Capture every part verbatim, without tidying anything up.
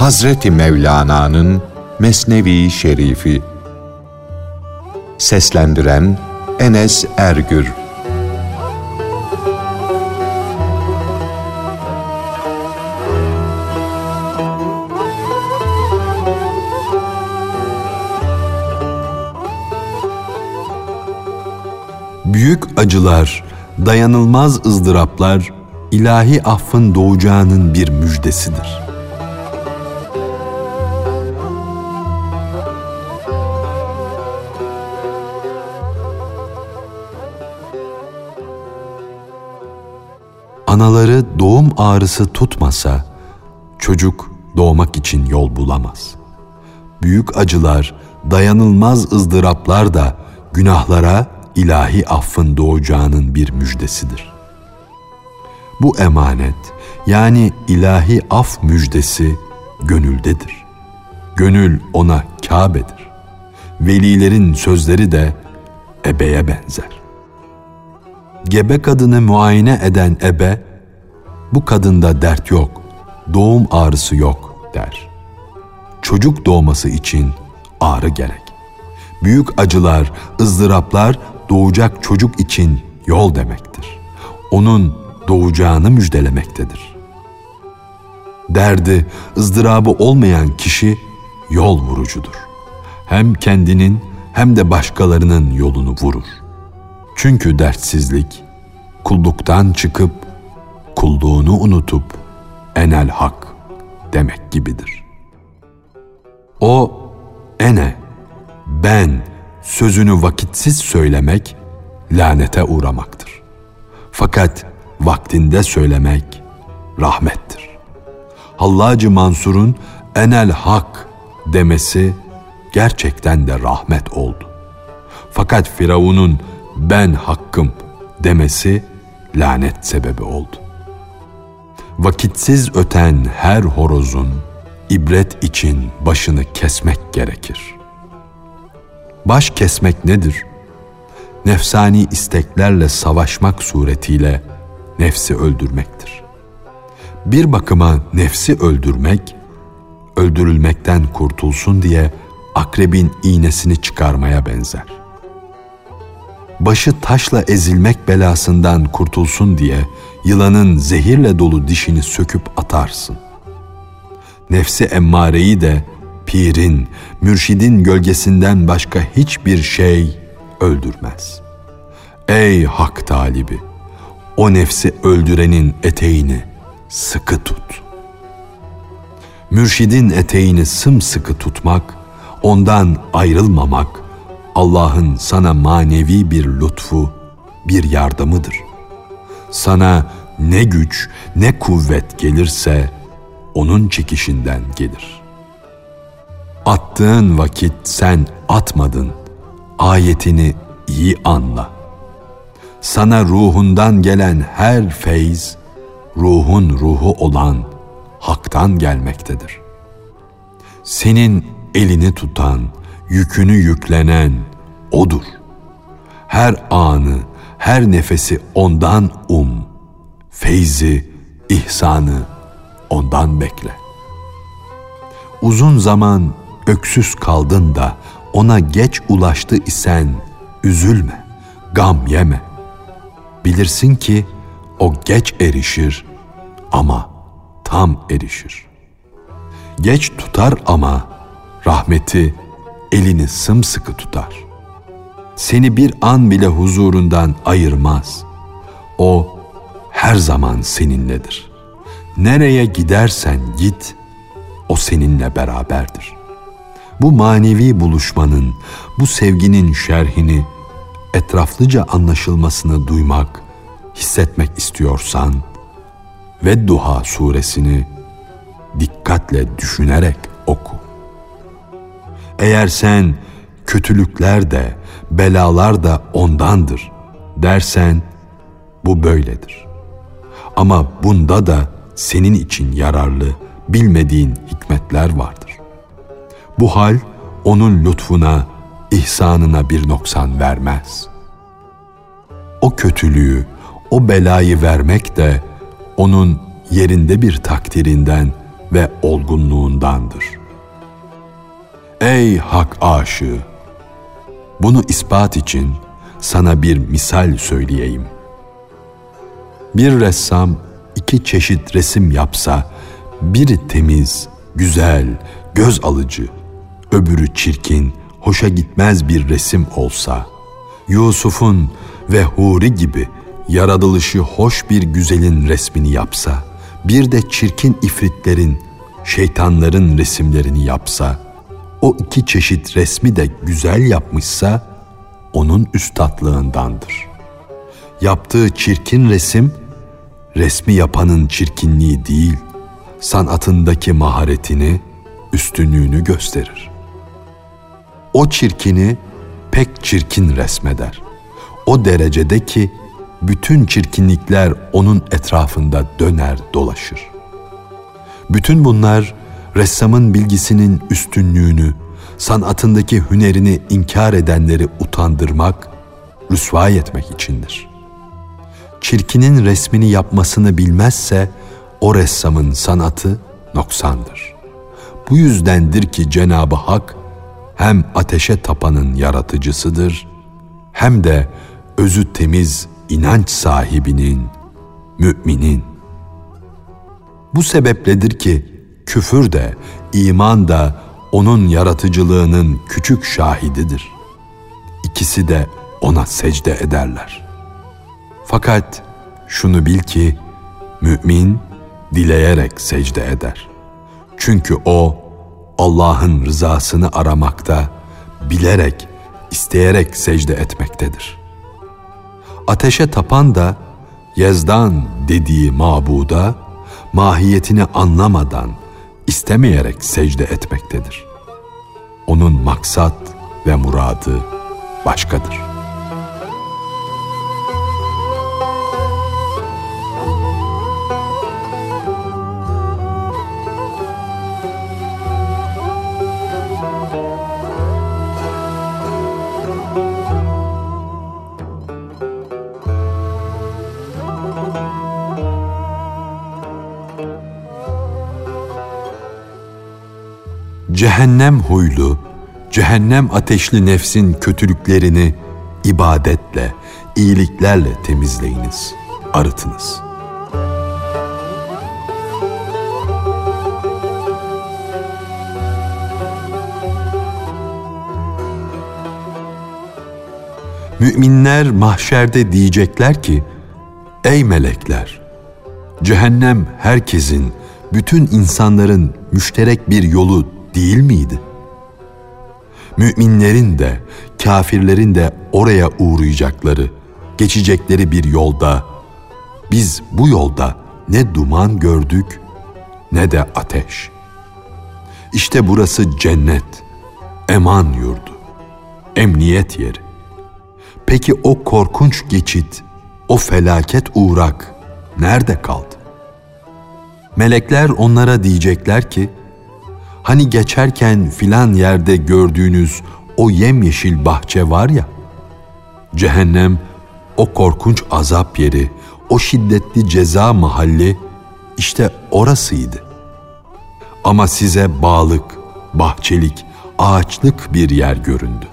Hazreti Mevlana'nın Mesnevi Şerifi. Seslendiren Enes Ergür. Büyük acılar, dayanılmaz ızdıraplar, ilahi affın doğacağının bir müjdesidir. Anaları doğum ağrısı tutmasa, çocuk doğmak için yol bulamaz. Büyük acılar, dayanılmaz ızdıraplar da günahlara ilahi affın doğacağının bir müjdesidir. Bu emanet, yani ilahi af müjdesi gönüldedir. Gönül ona Kâbe'dir. Velilerin sözleri de ebeye benzer. Gebe kadını muayene eden ebe, bu kadında dert yok, doğum ağrısı yok der. Çocuk doğması için ağrı gerek. Büyük acılar, ızdıraplar doğacak çocuk için yol demektir. Onun doğacağını müjdelemektedir. Derdi, ızdırabı olmayan kişi yol vurucudur. Hem kendinin hem de başkalarının yolunu vurur. Çünkü dertsizlik, kulluktan çıkıp, kulluğunu unutup, enel hak demek gibidir. O, ene, ben sözünü vakitsiz söylemek, lanete uğramaktır. Fakat vaktinde söylemek, rahmettir. Hallacı Mansur'un enel hak demesi, gerçekten de rahmet oldu. Fakat Firavun'un ben hakkım demesi lanet sebebi oldu. Vakitsiz öten her horozun ibret için başını kesmek gerekir. Baş kesmek nedir? Nefsani isteklerle savaşmak suretiyle nefsi öldürmektir. Bir bakıma nefsi öldürmek, öldürülmekten kurtulsun diye akrebin iğnesini çıkarmaya benzer. Başı taşla ezilmek belasından kurtulsun diye yılanın zehirle dolu dişini söküp atarsın. Nefsi emmareyi de pirin, mürşidin gölgesinden başka hiçbir şey öldürmez. Ey hak talibi! O nefsi öldürenin eteğini sıkı tut. Mürşidin eteğini sımsıkı tutmak, ondan ayrılmamak, Allah'ın sana manevi bir lütfu, bir yardımıdır. Sana ne güç, ne kuvvet gelirse, onun çekişinden gelir. Attığın vakit sen atmadın, ayetini iyi anla. Sana ruhundan gelen her feyz, ruhun ruhu olan haktan gelmektedir. Senin elini tutan, yükünü yüklenen O'dur. Her anı, her nefesi ondan um, feyzi, ihsanı ondan bekle. Uzun zaman öksüz kaldın da ona geç ulaştı isen üzülme, gam yeme. Bilirsin ki o geç erişir ama tam erişir. Geç tutar ama rahmeti elini sımsıkı tutar. Seni bir an bile huzurundan ayırmaz. O her zaman seninledir. Nereye gidersen git, o seninle beraberdir. Bu manevi buluşmanın, bu sevginin şerhini, etraflıca anlaşılmasını duymak, hissetmek istiyorsan, Vedduha suresini dikkatle düşünerek oku. Eğer sen kötülükler de, belalar da ondandır dersen, bu böyledir. Ama bunda da senin için yararlı, bilmediğin hikmetler vardır. Bu hal onun lütfuna, ihsanına bir noksan vermez. O kötülüğü, o belayı vermek de onun yerinde bir takdirinden ve olgunluğundandır. Ey hak aşığı! Bunu ispat için sana bir misal söyleyeyim. Bir ressam iki çeşit resim yapsa, biri temiz, güzel, göz alıcı, öbürü çirkin, hoşa gitmez bir resim olsa, Yusuf'un ve Huri gibi yaratılışı hoş bir güzelin resmini yapsa, bir de çirkin ifritlerin, şeytanların resimlerini yapsa, o iki çeşit resmi de güzel yapmışsa, onun üstadlığındandır. Yaptığı çirkin resim, resmi yapanın çirkinliği değil, sanatındaki maharetini, üstünlüğünü gösterir. O çirkini pek çirkin resmeder. O derecede ki bütün çirkinlikler onun etrafında döner dolaşır. Bütün bunlar ressamın bilgisinin üstünlüğünü, sanatındaki hünerini inkar edenleri utandırmak, rüsvâ etmek içindir. Çirkinin resmini yapmasını bilmezse o ressamın sanatı noksandır. Bu yüzdendir ki Cenab-ı Hak hem ateşe tapanın yaratıcısıdır, hem de özü temiz inanç sahibinin, müminin. Bu sebepledir ki küfür de, iman da onun yaratıcılığının küçük şahididir. İkisi de ona secde ederler. Fakat şunu bil ki mümin dileyerek secde eder. Çünkü o Allah'ın rızasını aramakta, bilerek, isteyerek secde etmektedir. Ateşe tapan da Yezdan dediği mabuda mahiyetini anlamadan, istemeyerek secde etmektedir. Onun maksat ve muradı başkadır. Cehennem huylu, cehennem ateşli nefsin kötülüklerini ibadetle, iyiliklerle temizleyiniz, arıtınız. Müminler mahşerde diyecekler ki, ey melekler, cehennem herkesin, bütün insanların müşterek bir yolu değil miydi? Müminlerin de, kafirlerin de oraya uğrayacakları, geçecekleri bir yolda, biz bu yolda ne duman gördük, ne de ateş. İşte burası cennet, eman yurdu, emniyet yeri. Peki o korkunç geçit, o felaket uğrak nerede kaldı? Melekler onlara diyecekler ki, hani geçerken filan yerde gördüğünüz o yemyeşil bahçe var ya, cehennem o korkunç azap yeri, o şiddetli ceza mahalli işte orasıydı. Ama size bağlık, bahçelik, ağaçlık bir yer göründü.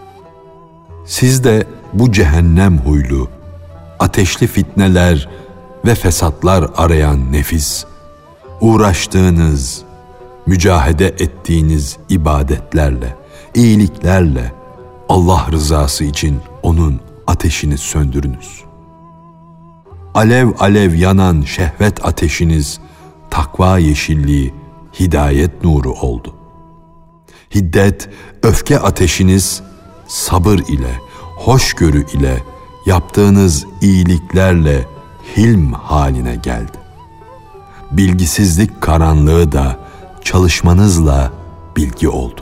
Siz de bu cehennem huylu, ateşli fitneler ve fesatlar arayan nefis, uğraştığınız, mücahede ettiğiniz ibadetlerle, iyiliklerle Allah rızası için onun ateşini söndürünüz. Alev alev yanan şehvet ateşiniz, takva yeşilliği, hidayet nuru oldu. Hiddet, öfke ateşiniz, sabır ile, hoşgörü ile, yaptığınız iyiliklerle hilm haline geldi. Bilgisizlik karanlığı da çalışmanızla bilgi oldu.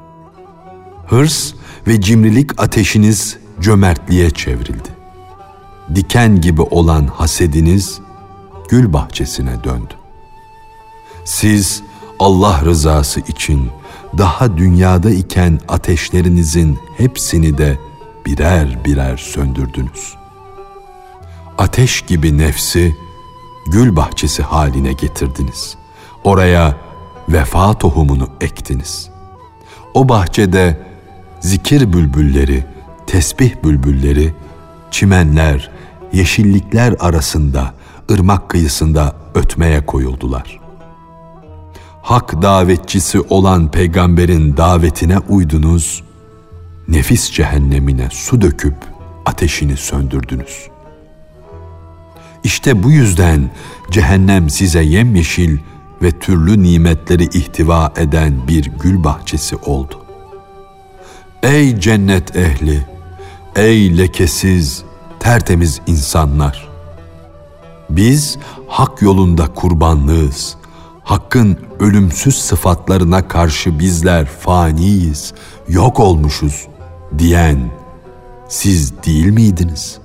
Hırs ve cimrilik ateşiniz cömertliğe çevrildi. Diken gibi olan hasediniz gül bahçesine döndü. Siz Allah rızası için daha dünyada iken ateşlerinizin hepsini de birer birer söndürdünüz. Ateş gibi nefsi gül bahçesi haline getirdiniz. Oraya vefa tohumunu ektiniz. O bahçede zikir bülbülleri, tesbih bülbülleri, çimenler, yeşillikler arasında, ırmak kıyısında ötmeye koyuldular. Hak davetçisi olan peygamberin davetine uydunuz, nefis cehennemine su döküp ateşini söndürdünüz. İşte bu yüzden cehennem size yemyeşil ve türlü nimetleri ihtiva eden bir gül bahçesi oldu. Ey cennet ehli, ey lekesiz, tertemiz insanlar! Biz hak yolunda kurbanlığız. Hakkın ölümsüz sıfatlarına karşı bizler faniyiz, yok olmuşuz diyen siz değil miydiniz?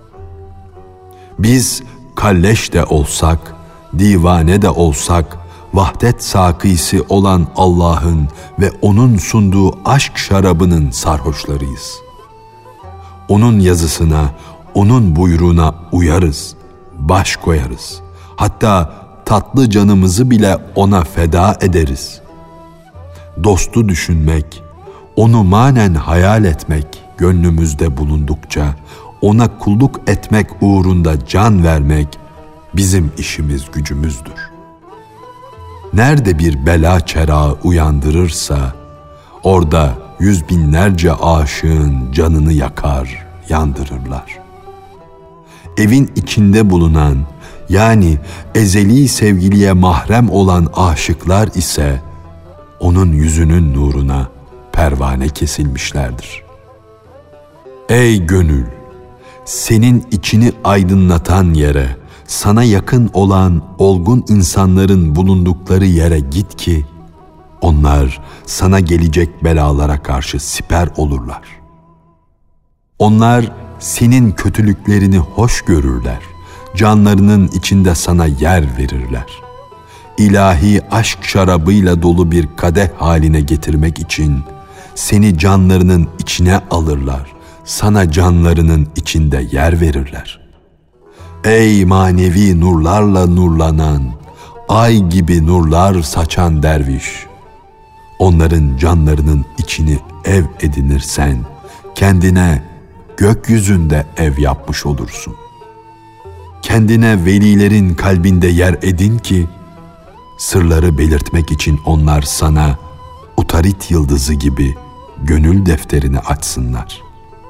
Biz kalleş de olsak, divane de olsak, vahdet sakisi olan Allah'ın ve O'nun sunduğu aşk şarabının sarhoşlarıyız. O'nun yazısına, O'nun buyruğuna uyarız, baş koyarız. Hatta tatlı canımızı bile O'na feda ederiz. Dostu düşünmek, O'nu manen hayal etmek gönlümüzde bulundukça, O'na kulluk etmek uğrunda can vermek bizim işimiz gücümüzdür. Nerede bir bela çerağı uyandırırsa, orada yüz binlerce aşığın canını yakar, yandırırlar. Evin içinde bulunan, yani ezeli sevgiliye mahrem olan aşıklar ise, onun yüzünün nuruna pervane kesilmişlerdir. Ey gönül! Senin içini aydınlatan yere, sana yakın olan olgun insanların bulundukları yere git ki, onlar sana gelecek belalara karşı siper olurlar. Onlar senin kötülüklerini hoş görürler, canlarının içinde sana yer verirler. İlahi aşk şarabıyla dolu bir kadeh haline getirmek için seni canlarının içine alırlar, sana canlarının içinde yer verirler. Ey manevi nurlarla nurlanan, ay gibi nurlar saçan derviş! Onların canlarının içini ev edinirsen, kendine gökyüzünde ev yapmış olursun. Kendine velilerin kalbinde yer edin ki, sırları belirtmek için onlar sana utarit yıldızı gibi gönül defterini açsınlar.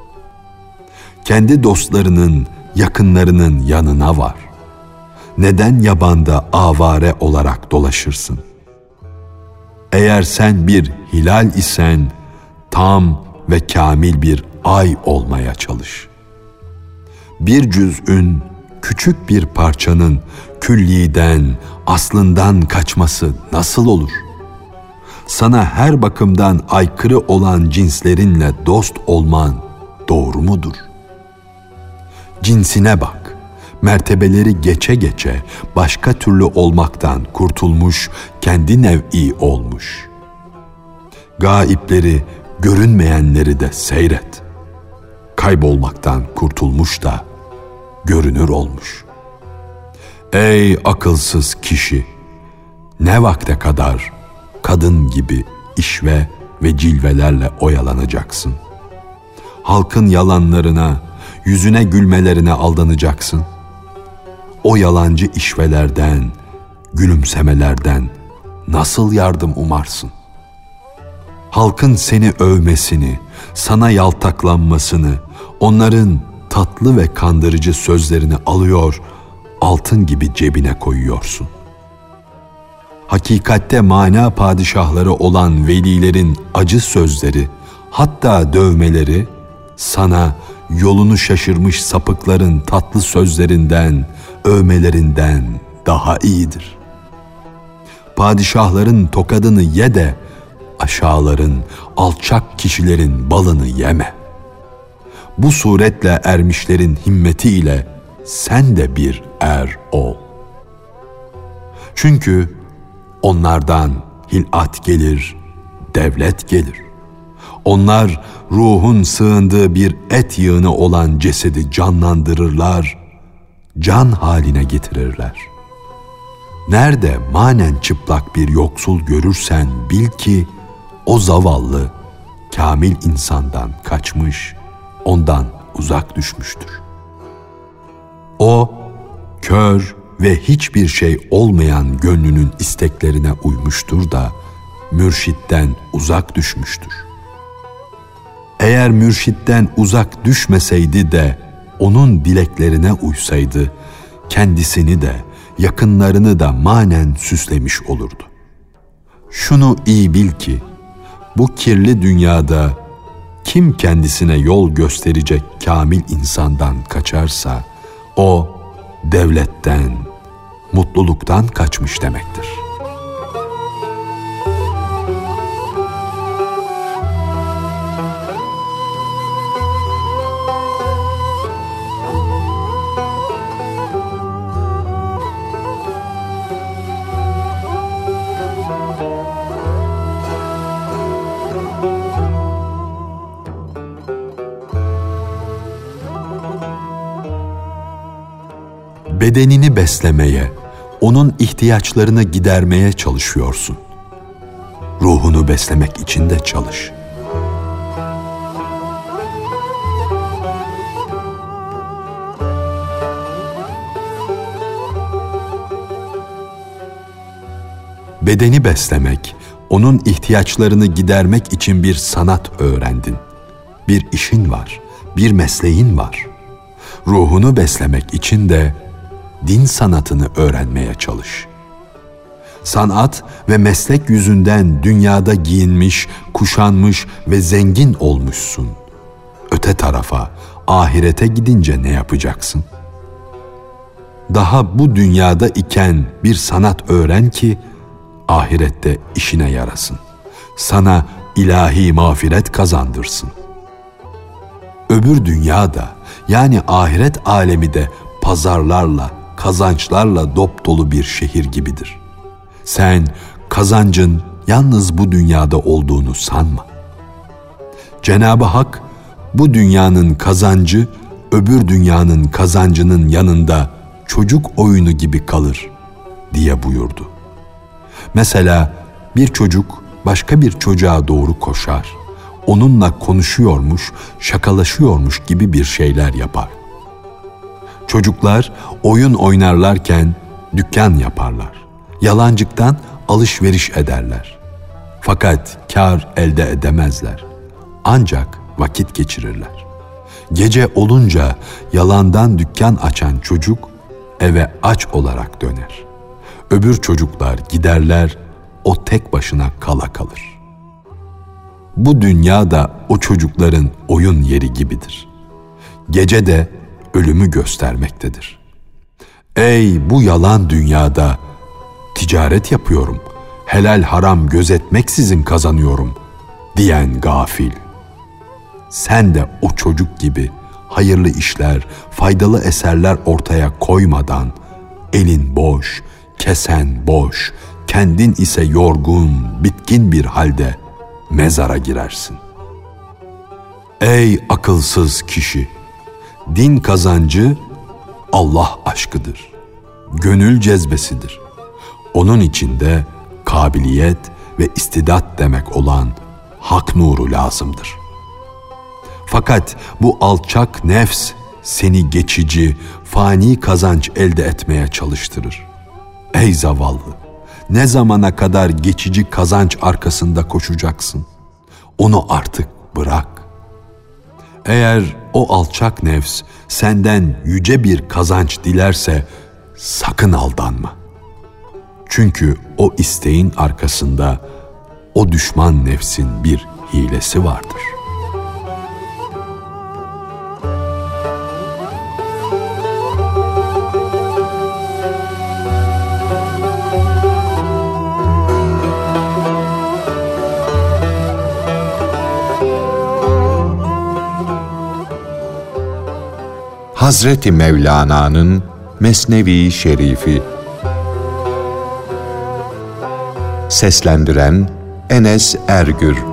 Kendi dostlarının, yakınlarının yanına var. Neden yabanda avare olarak dolaşırsın? Eğer sen bir hilal isen, tam ve kamil bir ay olmaya çalış. Bir cüz'ün, küçük bir parçanın külliden, aslından kaçması nasıl olur? Sana her bakımdan aykırı olan cinslerinle dost olman doğru mudur? Cinsine bak, mertebeleri geçe geçe başka türlü olmaktan kurtulmuş, kendi nev'i olmuş. Gaipleri, görünmeyenleri de seyret. Kaybolmaktan kurtulmuş da görünür olmuş. Ey akılsız kişi! Ne vakte kadar kadın gibi işve ve cilvelerle oyalanacaksın? Halkın yalanlarına, yüzüne gülmelerine aldanacaksın. O yalancı işvelerden, gülümsemelerden nasıl yardım umarsın? Halkın seni övmesini, sana yaltaklanmasını, onların tatlı ve kandırıcı sözlerini alıyor, altın gibi cebine koyuyorsun. Hakikatte mana padişahları olan velilerin acı sözleri, hatta dövmeleri, sana yolunu şaşırmış sapıkların tatlı sözlerinden, övmelerinden daha iyidir. Padişahların tokadını ye de, aşağıların, alçak kişilerin balını yeme. Bu suretle ermişlerin himmetiyle sen de bir er ol. Çünkü onlardan hilat gelir, devlet gelir. Onlar ruhun sığındığı bir et yığını olan cesedi canlandırırlar, can haline getirirler. Nerede manen çıplak bir yoksul görürsen bil ki o zavallı kamil insandan kaçmış, ondan uzak düşmüştür. O kör ve hiçbir şey olmayan gönlünün isteklerine uymuştur da mürşitten uzak düşmüştür. Eğer mürşitten uzak düşmeseydi de onun dileklerine uysaydı, kendisini de yakınlarını da manen süslemiş olurdu. Şunu iyi bil ki, bu kirli dünyada kim kendisine yol gösterecek kamil insandan kaçarsa, o devletten, mutluluktan kaçmış demektir. Bedenini beslemeye, onun ihtiyaçlarını gidermeye çalışıyorsun. Ruhunu beslemek için de çalış. Bedeni beslemek, onun ihtiyaçlarını gidermek için bir sanat öğrendin. Bir işin var, bir mesleğin var. Ruhunu beslemek için de din sanatını öğrenmeye çalış. Sanat ve meslek yüzünden dünyada giyinmiş, kuşanmış ve zengin olmuşsun. Öte tarafa, ahirete gidince ne yapacaksın? Daha bu dünyada iken bir sanat öğren ki ahirette işine yarasın. Sana ilahi mağfiret kazandırsın. Öbür dünyada, yani ahiret alemi de pazarlarla, kazançlarla dop dolu bir şehir gibidir. Sen kazancın yalnız bu dünyada olduğunu sanma. Cenab-ı Hak bu dünyanın kazancı öbür dünyanın kazancının yanında çocuk oyunu gibi kalır diye buyurdu. Mesela bir çocuk başka bir çocuğa doğru koşar, onunla konuşuyormuş, şakalaşıyormuş gibi bir şeyler yapar. Çocuklar oyun oynarlarken dükkan yaparlar. Yalancıktan alışveriş ederler. Fakat kar elde edemezler. Ancak vakit geçirirler. Gece olunca yalandan dükkan açan çocuk eve aç olarak döner. Öbür çocuklar giderler, o tek başına kala kalır. Bu dünya da o çocukların oyun yeri gibidir. Gece de ölümü göstermektedir. Ey bu yalan dünyada, ticaret yapıyorum, helal haram gözetmeksizin kazanıyorum diyen gafil. Sen de o çocuk gibi hayırlı işler, faydalı eserler ortaya koymadan elin boş, kesen boş, kendin ise yorgun, bitkin bir halde mezara girersin. Ey akılsız kişi! Din kazancı Allah aşkıdır. Gönül cezbesidir. Onun içinde kabiliyet ve istidat demek olan hak nuru lazımdır. Fakat bu alçak nefs seni geçici, fani kazanç elde etmeye çalıştırır. Ey zavallı! Ne zamana kadar geçici kazanç arkasında koşacaksın? Onu artık bırak. Eğer o alçak nefs senden yüce bir kazanç dilerse sakın aldanma. Çünkü o isteğin arkasında o düşman nefsin bir hilesi vardır. Hazreti Mevlana'nın Mesnevi Şerifi. Seslendiren Enes Ergür.